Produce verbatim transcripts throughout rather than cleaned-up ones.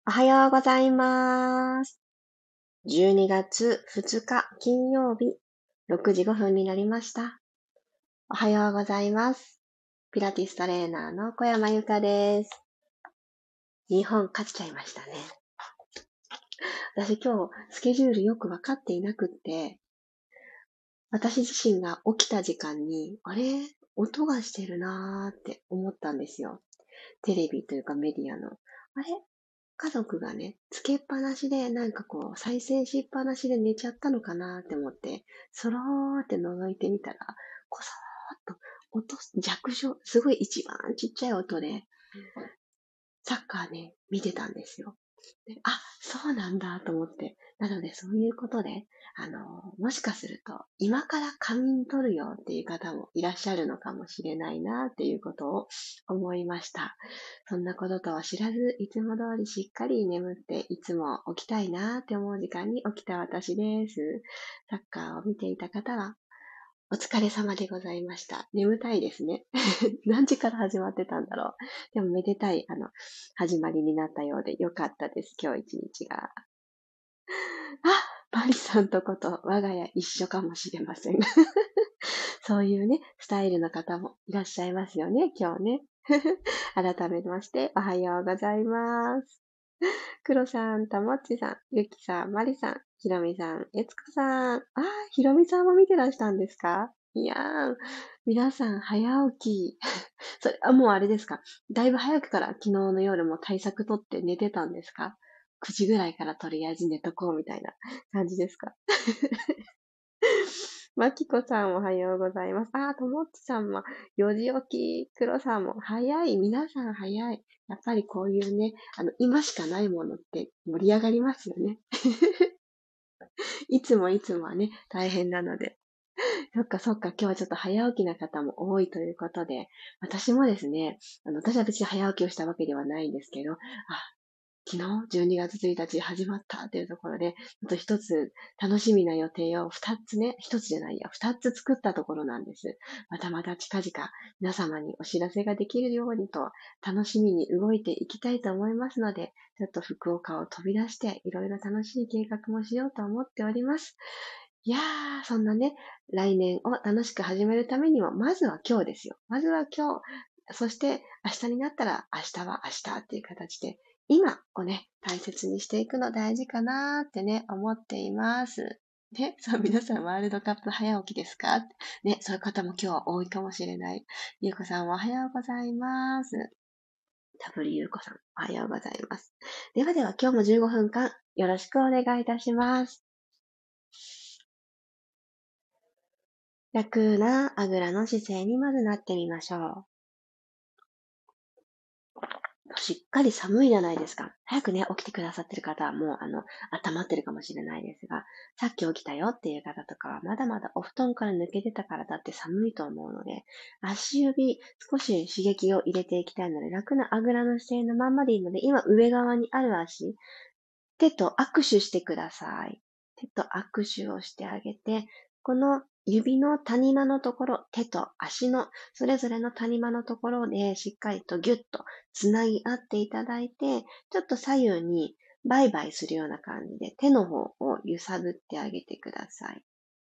おはようございます。じゅうにがつふつか金曜日、ろくじごふんになりました。おはようございます。ピラティストレーナーの小山由かです。日本勝っちゃいましたね。私今日スケジュールよくわかっていなくって、私自身が起きた時間に、あれ音がしてるなーって思ったんですよ。テレビというかメディアの。あれ家族がね、つけっぱなしで、なんかこう、再生しっぱなしで寝ちゃったのかなって思って、そろーって覗いてみたら、こそーっと、音、弱小、すごい一番ちっちゃい音で、サッカーね、見てたんですよ。であ、そうなんだと思って。なので、そういうことで、あの、もしかすると、今から仮眠取るよっていう方もいらっしゃるのかもしれないなっていうことを思いました。そんなこととは知らず、いつも通りしっかり眠って、いつも起きたいなって思う時間に起きた私です。サッカーを見ていた方は、お疲れ様でございました。眠たいですね。何時から始まってたんだろう。でもめでたい、あの、始まりになったようでよかったです。今日一日が。あ、パリさんとこと我が家一緒かもしれません。そういうね、スタイルの方もいらっしゃいますよね、今日ね。改めまして、おはようございます。黒さん、ともっちさん、ゆきさん、まりさん、ひろみさん、えつこさん。あー、ひろみさんも見てらしたんですか？いやー、皆さん早起き。それ、あ、もうあれですか？だいぶ早くから昨日の夜も対策取って寝てたんですか？ く 時ぐらいからとりあえず寝とこうみたいな感じですか？まきこさんおはようございます。あー、ともっちさんもよじ起き。くろさんも早い。皆さん早い。やっぱりこういうね、あの、今しかないものって盛り上がりますよね。いつもいつもはね、大変なので。そっかそっか、今日はちょっと早起きな方も多いということで、私もですね、あの、私は別に早起きをしたわけではないんですけど、あ、昨日じゅうにがつついたち始まったっていうところで、ちょっと一つ楽しみな予定を二つね、一つじゃないや、二つ作ったところなんです。またまた近々皆様にお知らせができるようにと楽しみに動いていきたいと思いますので、ちょっと福岡を飛び出していろいろ楽しい計画もしようと思っております。いやー、そんなね、来年を楽しく始めるためにも、まずは今日ですよ。まずは今日。そして明日になったら明日は明日っていう形で、今をね、大切にしていくの大事かなーってね、思っています。ね、そう、皆さんワールドカップ早起きですか？ね、そういう方も今日は多いかもしれない。ゆうこさんおはようございます。ダブルゆうこさん、おはようございます。ではでは今日もじゅうごふんかんよろしくお願いいたします。楽なあぐらの姿勢にまずなってみましょう。しっかり寒いじゃないですか。早くね、起きてくださってる方はもう、あの、温まってるかもしれないですが、さっき起きたよっていう方とかは、まだまだお布団から抜けてたからだって寒いと思うので、足指、少し刺激を入れていきたいので、楽なあぐらの姿勢のまんまでいいので、今上側にある足、手と握手してください。手と握手をしてあげて、この指の谷間のところ、手と足のそれぞれの谷間のところでしっかりとギュッとつなぎ合っていただいて、ちょっと左右にバイバイするような感じで手の方を揺さぶってあげてください。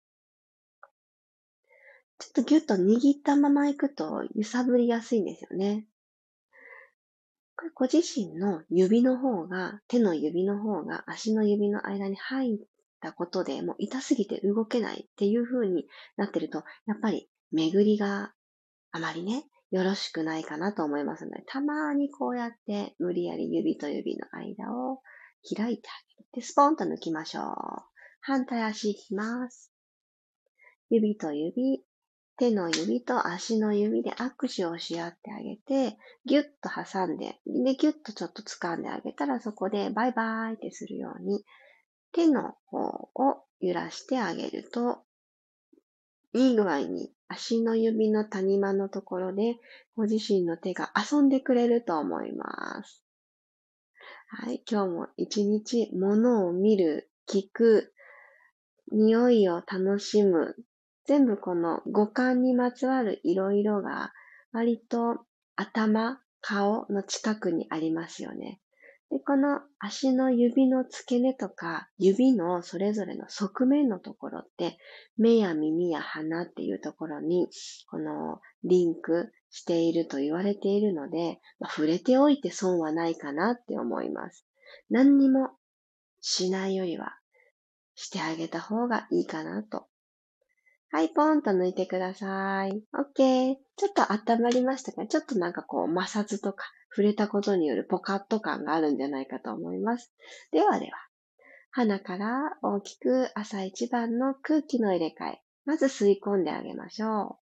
ちょっとギュッと握ったまま行くと揺さぶりやすいんですよね。これご自身の指の方が、手の指の方が足の指の間に入ったことで、もう痛すぎて動けないっていう風になってると、やっぱり巡りがあまりね、よろしくないかなと思いますので、たまにこうやって無理やり指と指の間を開いてあげて、スポンと抜きましょう。反対足いきます。指と指、手の指と足の指で握手をし合ってあげて、ギュッと挟んで、で、ギュッとちょっと掴んであげたら、そこでバイバイってするように、手の方を揺らしてあげると、いい具合に足の指の谷間のところで、ご自身の手が遊んでくれると思います。はい、今日も一日物を見る、聞く、匂いを楽しむ、全部この五感にまつわるいろいろが割と頭、顔の近くにありますよね。 で、この足の指の付け根とか、指のそれぞれの側面のところって、目や耳や鼻っていうところに、このリンクしていると言われているので、まあ、触れておいて損はないかなって思います。何にもしないよりは、してあげた方がいいかなと。はい、ポーンと抜いてください。OK。ちょっと温まりましたか？ちょっとなんかこう摩擦とか触れたことによるポカッと感があるんじゃないかと思います。ではでは、鼻から大きく朝一番の空気の入れ替え。まず吸い込んであげましょう。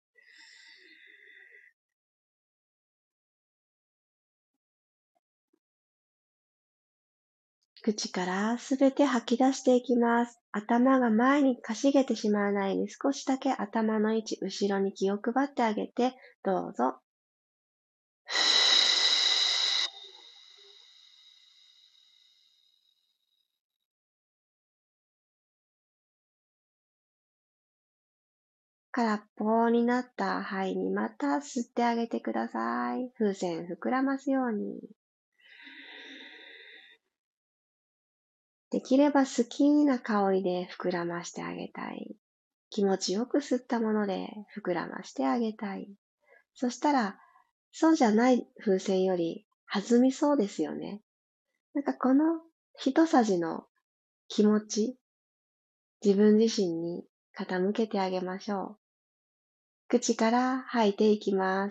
口からすべて吐き出していきます。頭が前にかしげてしまわないように少しだけ頭の位置、後ろに気を配ってあげて、どうぞ。空っぽになった肺にまた吸ってあげてください。風船膨らますように。できれば好きな香りで膨らましてあげたい。気持ちよく吸ったもので膨らましてあげたい。そしたら、そうじゃない風船より弾みそうですよね。なんかこの一さじの気持ち、自分自身に傾けてあげましょう。口から吐いていきます。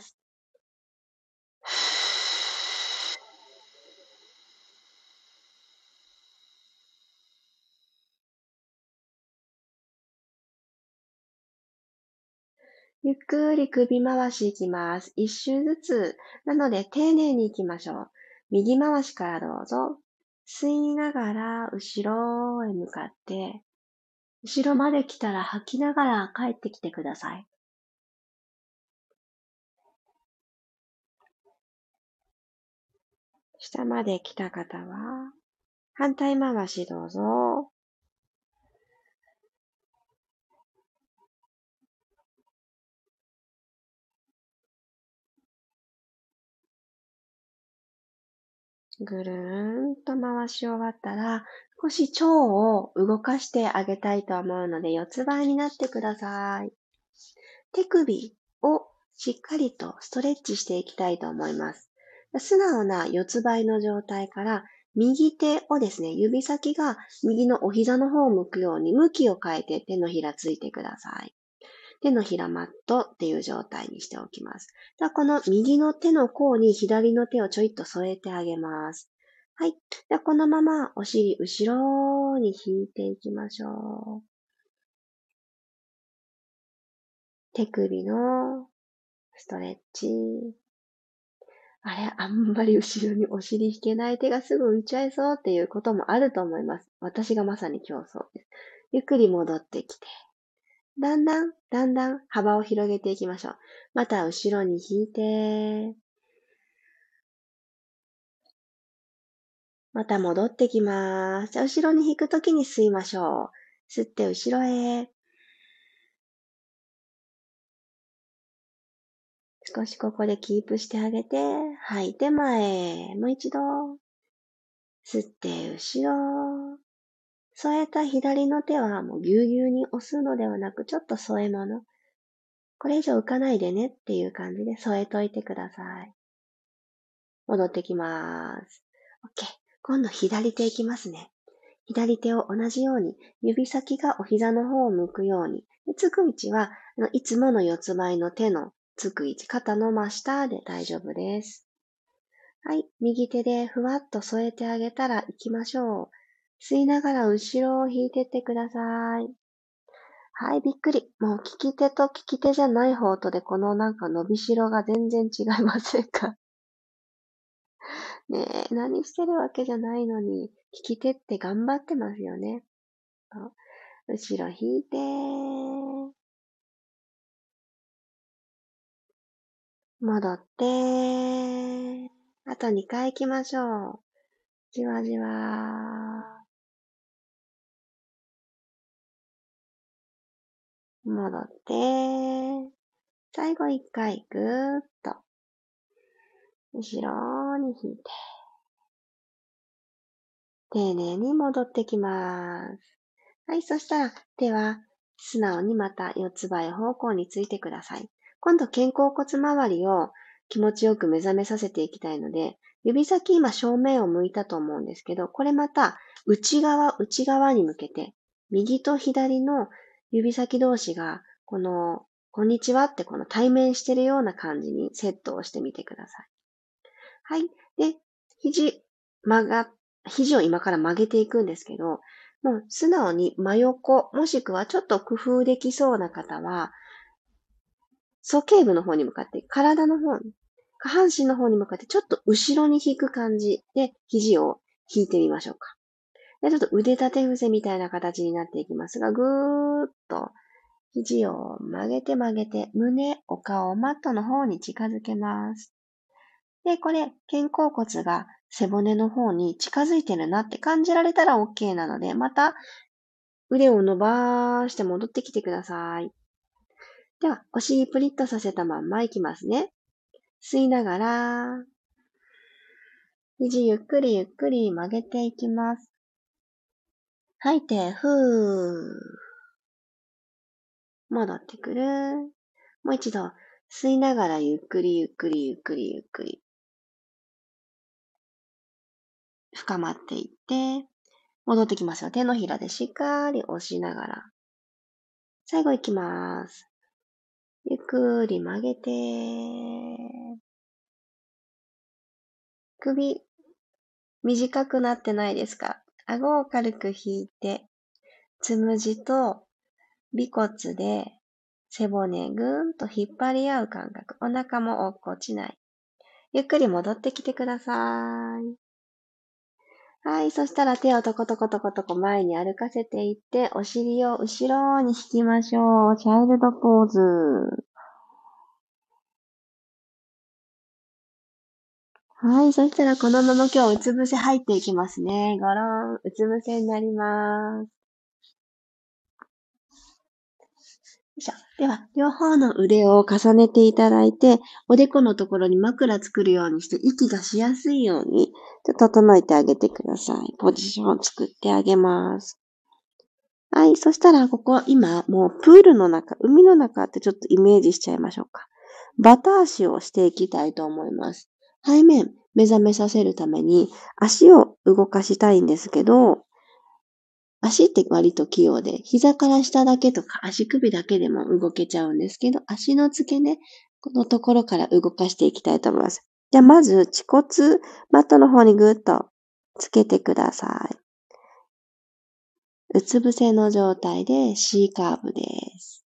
ゆっくり首回しいきます。一周ずつ。なので丁寧にいきましょう。右回しからどうぞ。吸いながら後ろへ向かって、後ろまで来たら吐きながら帰ってきてください。下まで来た方は、反対回しどうぞ。ぐるーんと回し終わったら、少し腸を動かしてあげたいと思うので、四つ倍になってください。手首をしっかりとストレッチしていきたいと思います。素直な四つ倍の状態から、右手をですね、指先が右のお膝の方を向くように向きを変えて手のひらついてください。手のひらマットっていう状態にしておきます。ではこの右の手の甲に左の手をちょいっと添えてあげます。はい。ではこのままお尻後ろに引いていきましょう。手首のストレッチ。あれ、あんまり後ろにお尻引けない手がすぐ浮いちゃいそうっていうこともあると思います。私がまさに今日そうです。ゆっくり戻ってきて、だんだん、だんだん幅を広げていきましょう。また後ろに引いて、また戻ってきます。じゃあ後ろに引くときに吸いましょう。吸って後ろへ。少しここでキープしてあげて、吐いて前へ。もう一度。吸って後ろ。添えた左の手はもうぎゅうぎゅうに押すのではなく、ちょっと添え物。これ以上浮かないでねっていう感じで添えといてください。戻ってきます。OK。今度左手いきますね。左手を同じように、指先がお膝の方を向くように。つく位置は、いつもの四つ倍の手のつく位置、肩の真下で大丈夫です。はい。右手でふわっと添えてあげたら行きましょう。吸いながら後ろを引いてってください。はい、びっくり。もう利き手と利き手じゃない方とでこのなんか伸びしろが全然違いませんか？ねえ、何してるわけじゃないのに、利き手って頑張ってますよね。後ろ引いて、戻って、あとにかい行きましょう。じわじわ。戻って、最後いっかいぐーっと、後ろに引いて。 丁寧に戻ってきます。はい、そしたら手は素直にまた四つ倍方向についてください。今度肩甲骨周りを気持ちよく目覚めさせていきたいので、指先今正面を向いたと思うんですけど、これまた内側、内側に向けて、右と左の指先同士が、この、こんにちはってこの対面してるような感じにセットをしてみてください。はい。で、肘、曲が、肘を今から曲げていくんですけど、もう素直に真横、もしくはちょっと工夫できそうな方は、鼠径部の方に向かって、体の方に、下半身の方に向かってちょっと後ろに引く感じで肘を引いてみましょうか。でちょっと腕立て伏せみたいな形になっていきますが、ぐーっと肘を曲げて曲げて、胸、お顔をマットの方に近づけます。で、これ、肩甲骨が背骨の方に近づいてるなって感じられたら OK なので、また腕を伸ばして戻ってきてください。では、お尻プリッとさせたまんまいきますね。吸いながら、肘ゆっくりゆっくり曲げていきます。吐いて、ふー。戻ってくる。もう一度、吸いながらゆっくりゆっくりゆっくりゆっくり。深まっていって、戻ってきますよ。手のひらでしっかり押しながら。最後いきます。ゆっくり曲げて、首、短くなってないですか？顎を軽く引いて、つむじと尾骨で背骨ぐーんと引っ張り合う感覚。お腹も落っこちない。ゆっくり戻ってきてください。はい。そしたら手をトコトコトコトコ前に歩かせていって、お尻を後ろに引きましょう。チャイルドポーズ。はい。そしたらこのまま今日うつ伏せ入っていきますね。ごろん。うつ伏せになります。よいしょ。では、両方の腕を重ねていただいて、おでこのところに枕作るようにして、息がしやすいように、ちょっと整えてあげてください。ポジションを作ってあげます。はい。そしたら、ここ、今、もう、プールの中、海の中ってちょっとイメージしちゃいましょうか。バタ足をしていきたいと思います。背面、目覚めさせるために、足を動かしたいんですけど、足って割と器用で、膝から下だけとか足首だけでも動けちゃうんですけど、足の付け根、このところから動かしていきたいと思います。じゃあまず、恥骨、マットの方にぐーっとつけてください。うつ伏せの状態で C カーブです。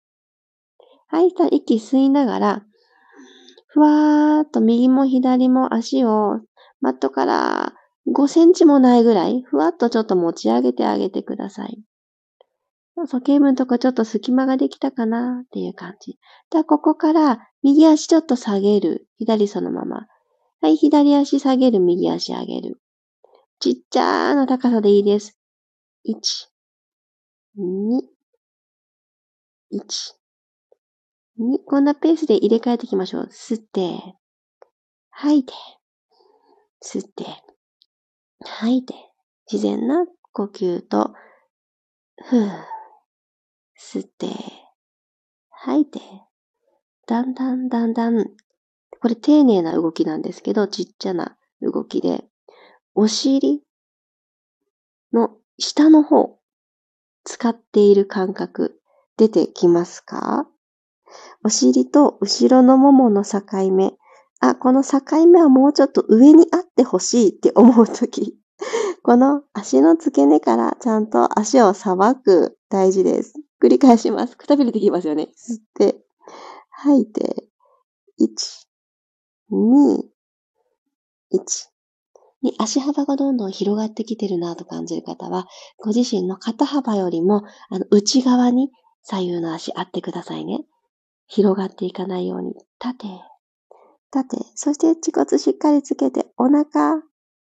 はい、息吸いながら、ふわーっと右も左も足をマットからごセンチもないぐらい、ふわっとちょっと持ち上げてあげてください。鼠径部のとこちょっと隙間ができたかなっていう感じ。では、ここから右足ちょっと下げる。左そのまま。はい、左足下げる、右足上げる。ちっちゃな高さでいいです。いち、に、いち、に。こんなペースで入れ替えていきましょう。吸って、吐いて、吸って、吐いて。自然な呼吸と、ふー、吸って、吐いて。だんだんだんだん、これ丁寧な動きなんですけど、ちっちゃな動きで、お尻の下の方、使っている感覚、出てきますか？お尻と後ろのももの境目。あ、この境目はもうちょっと上にあってほしいって思うとき、この足の付け根からちゃんと足をさばく、大事です。繰り返します。くたびれてきますよね。吸って、吐いて、いち、に、いち。に足幅がどんどん広がってきてるなと感じる方は、ご自身の肩幅よりもあの内側に左右の足あってくださいね。広がっていかないように。縦、縦。そして恥骨しっかりつけて、お腹、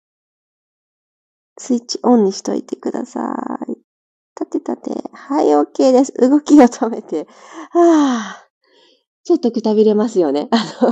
スイッチオンにしといてください。縦縦。はい、OK です。動きを止めて。はぁ。ちょっとくたびれますよね。あの、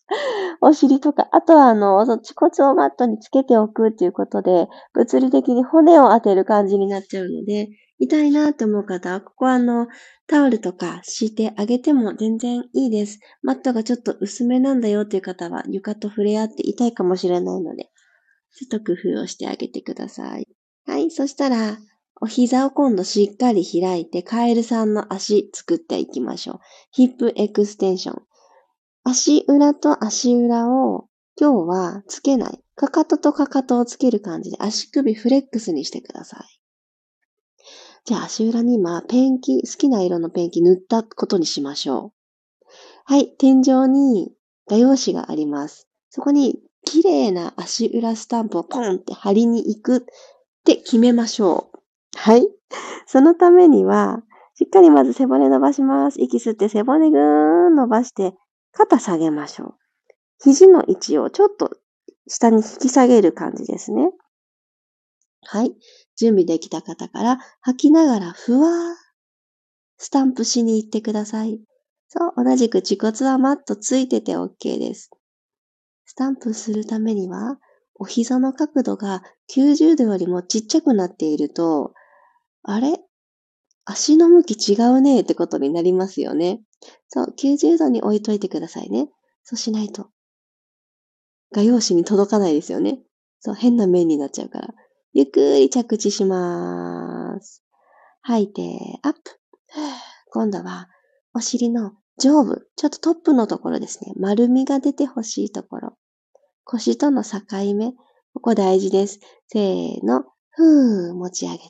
お尻とか、あとはあの、そっち骨をマットにつけておくっていうことで、物理的に骨を当てる感じになっちゃうので、痛いなって思う方は、ここはあの、タオルとか敷いてあげても全然いいです。マットがちょっと薄めなんだよっていう方は、床と触れ合って痛いかもしれないので、ちょっと工夫をしてあげてください。はい、そしたら、お膝を今度しっかり開いて、カエルさんの足作っていきましょう。ヒップエクステンション。足裏と足裏を今日はつけない。かかととかかとをつける感じで足首フレックスにしてください。じゃあ足裏に今ペンキ、好きな色のペンキ塗ったことにしましょう。はい、天井に画用紙があります。そこに綺麗な足裏スタンプをポンって貼りに行くって決めましょう。はい。そのためには、しっかりまず背骨伸ばします。息吸って背骨ぐーん伸ばして、肩下げましょう。肘の位置をちょっと下に引き下げる感じですね。はい。準備できた方から吐きながらふわースタンプしに行ってください。そう、同じく恥骨はマットついてて OK です。スタンプするためには、お膝の角度がきゅうじゅうどよりもちっちゃくなっていると、あれ足の向き違うねってことになりますよね。そう、きゅうじゅうどに置いといてくださいね。そうしないと画用紙に届かないですよね。そう、変な面になっちゃうから。ゆっくり着地しまーす。吐いて、アップ。今度は、お尻の上部、ちょっとトップのところですね。丸みが出てほしいところ。腰との境目。ここ大事です。せーの。ふー、持ち上げて。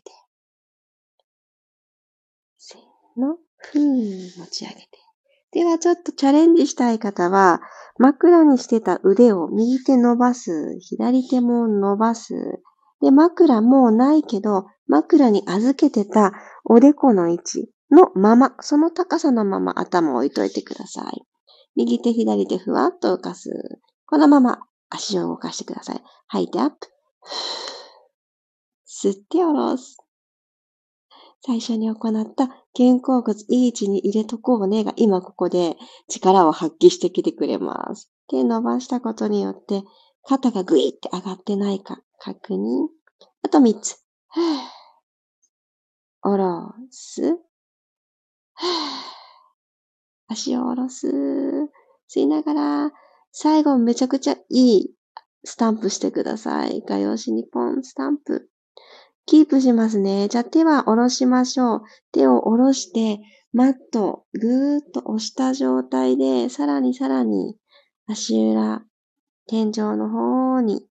せーの。ふー、持ち上げて。ではちょっとチャレンジしたい方は、枕にしてた腕を右手伸ばす、左手も伸ばす。で、枕もうないけど、枕に預けてたおでこの位置のまま、その高さのまま頭を置いといてください。右手、左手、ふわっと浮かす。このまま足を動かしてください。吐いてアップ。吸って下ろす。最初に行った肩甲骨いい位置に入れとこうねが今ここで力を発揮してきてくれます。手伸ばしたことによって肩がグイって上がってないか確認。あとみっつ。下ろす。足を下ろす。吸いながら最後めちゃくちゃいいスタンプしてください。画用紙にポンスタンプ。キープしますね。じゃあ手は下ろしましょう。手を下ろして、マットぐーっと押した状態で、さらにさらに足裏、天井の方に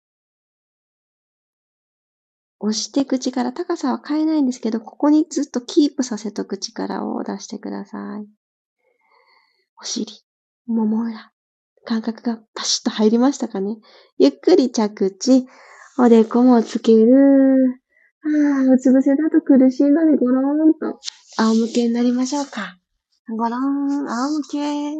押していく力、高さは変えないんですけど、ここにずっとキープさせとく力を出してください。お尻、もも裏、感覚がパシッと入りましたかね。ゆっくり着地、おでこもつける。ああ、うつ伏せだと苦しいのでゴローンと仰向けになりましょうか。ゴローン、仰向け。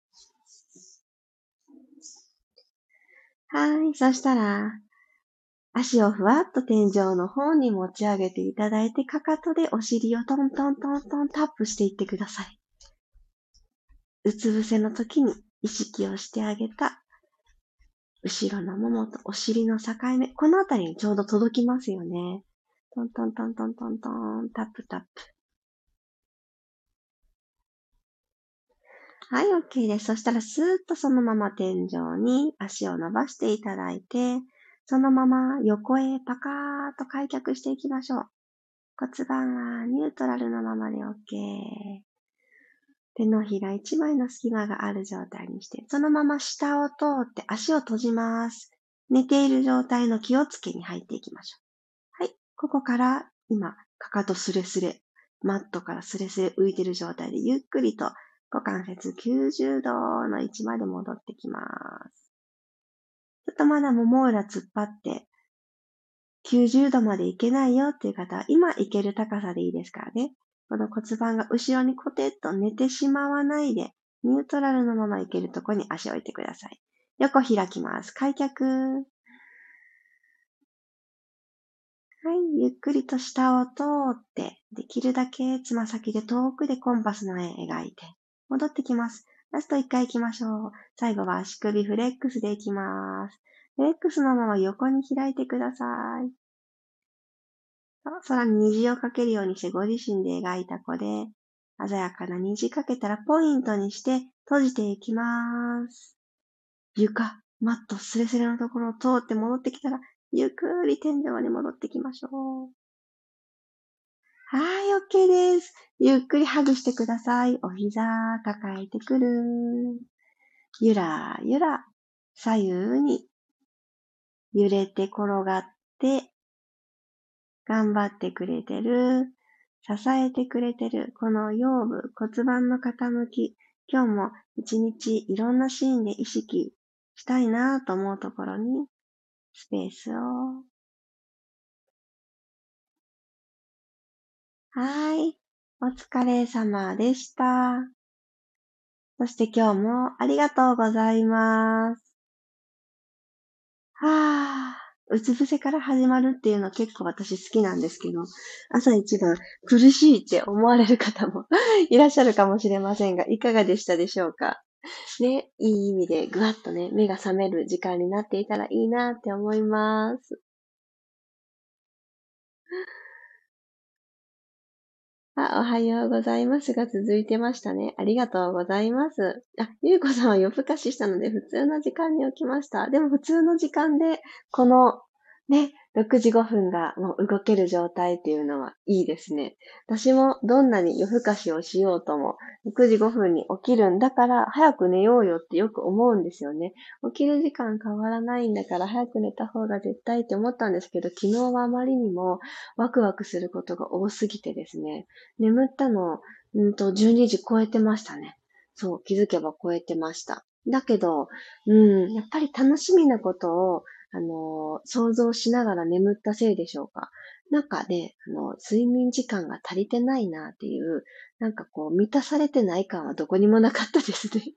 はい。そしたら、足をふわっと天井の方に持ち上げていただいて、かかとでお尻をトントントントンタップしていってください。うつ伏せの時に意識をしてあげた後ろのももとお尻の境目。このあたりにちょうど届きますよね。トントントントントントン、タップタップ。はい、OK です。そしたらスーッとそのまま天井に足を伸ばしていただいて、そのまま横へパカーッと開脚していきましょう。骨盤はニュートラルのままで OK。手のひら一枚の隙間がある状態にして、そのまま下を通って足を閉じます。寝ている状態の気をつけに入っていきましょう。はい。ここから今、かかとスレスレ、マットからスレスレ浮いている状態でゆっくりと股関節きゅうじゅうどの位置まで戻ってきます。ちょっとまだもも裏突っ張ってきゅうじゅうどまでいけないよっていう方は今いける高さでいいですからね。この骨盤が後ろにコテッと寝てしまわないで、ニュートラルのままいけるところに足を置いてください。横開きます。開脚。はい。ゆっくりと下を通って、できるだけつま先で遠くでコンパスの円描いて、戻ってきます。 ラストいっかい行きましょう。最後は足首フレックスでいきます。フレックスのまま横に開いてください。空に虹をかけるようにしてご自身で描いた子で、鮮やかな虹かけたらポイントにして閉じていきます。床、マット、スレスレのところを通って戻ってきたら、ゆっくり天井に戻ってきましょう。はい、OK です。ゆっくりハグしてください。お膝抱えてくる。ゆらゆら、左右に揺れて転がって、頑張ってくれてる。支えてくれてる。この腰部、骨盤の傾き。今日も一日いろんなシーンで意識したいなと思うところにスペースを。はい。お疲れ様でした。そして今日もありがとうございます。はぁ。うつ伏せから始まるっていうのは結構私好きなんですけど、朝一番苦しいって思われる方もいらっしゃるかもしれませんが、いかがでしたでしょうか。ね、いい意味でぐわっとね、目が覚める時間になっていたらいいなって思います。あ、おはようございますが続いてましたね。ありがとうございます。あ、ゆうこさんは夜更かししたので普通の時間に起きました。でも普通の時間で、この、ね、ろくじごふんがもう動ける状態っていうのはいいですね。私もどんなに夜更かしをしようとも、ろくじごふんに起きるんだから早く寝ようよってよく思うんですよね。起きる時間変わらないんだから早く寝た方が絶対って思ったんですけど、昨日はあまりにもワクワクすることが多すぎてですね。眠ったの、うんと、じゅうにじ超えてましたね。そう、気づけば超えてました。だけど、うん、やっぱり楽しみなことを、あの、想像しながら眠ったせいでしょうか。なんかね、あの、睡眠時間が足りてないなっていう、なんかこう、満たされてない感はどこにもなかったですね。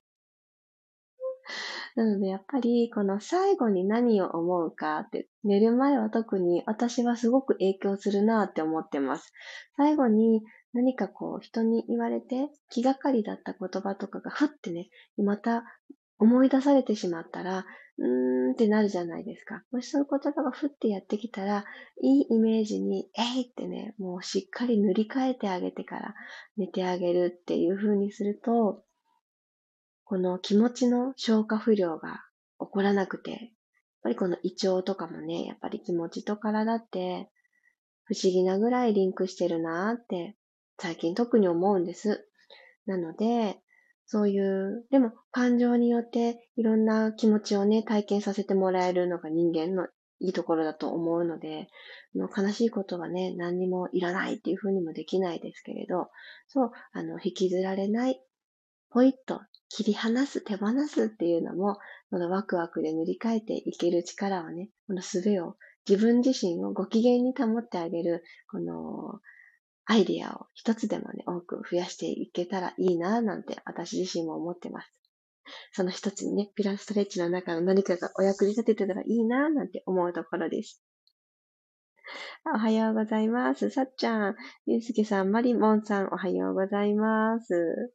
なので、やっぱり、この最後に何を思うかって、寝る前は特に私はすごく影響するなって思ってます。最後に何かこう人に言われて気がかりだった言葉とかがふってね、また思い出されてしまったら、うーんってなるじゃないですか。もしそういう言葉がふってやってきたら、いいイメージに、えいってね、もうしっかり塗り替えてあげてから寝てあげるっていう風にすると、この気持ちの消化不良が起こらなくて、やっぱりこの胃腸とかもね、やっぱり気持ちと体って不思議なぐらいリンクしてるなーって最近特に思うんです。なので、そういう、でも感情によっていろんな気持ちをね、体験させてもらえるのが人間のいいところだと思うので、の悲しいことはね、何にもいらないっていうふうにもできないですけれど、そう、あの、引きずられない、ポイッと切り離す、手放すっていうのも、このワクワクで塗り替えていける力はね、この術を自分自身をご機嫌に保ってあげる、このアイディアを一つでもね、多く増やしていけたらいいなぁなんて私自身も思ってます。その一つにね、ピラストレッチの中の何かがお役に立ててたらいいなぁなんて思うところです。おはようございます。さっちゃん、ゆうすけさん、まりもんさん、おはようございます。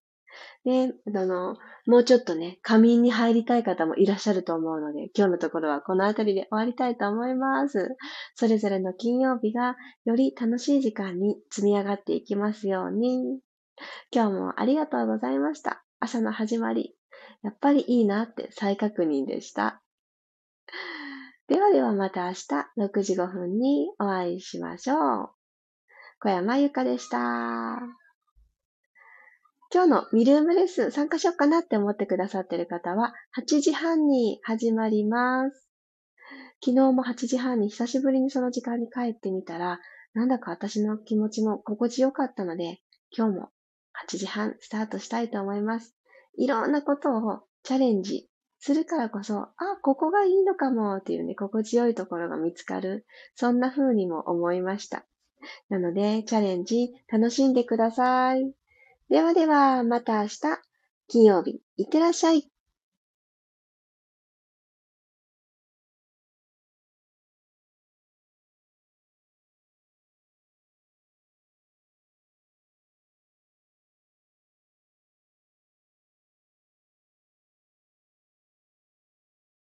で、あの、もうちょっとね、仮眠に入りたい方もいらっしゃると思うので、今日のところはこの辺りで終わりたいと思います。それぞれの金曜日がより楽しい時間に積み上がっていきますように。今日もありがとうございました。朝の始まり。やっぱりいいなって再確認でした。ではではまた明日ろくじごふんにお会いしましょう。小山由かでした。今日のミルームレッスン参加しようかなって思ってくださってる方は、はちじはんに始まります。昨日もはちじはんに久しぶりにその時間に帰ってみたら、なんだか私の気持ちも心地よかったので、今日もはちじはんスタートしたいと思います。いろんなことをチャレンジするからこそ、あ、ここがいいのかもっていうね、心地よいところが見つかる。そんな風にも思いました。なので、チャレンジ楽しんでください。ではでは、また明日、金曜日、いってらっしゃい。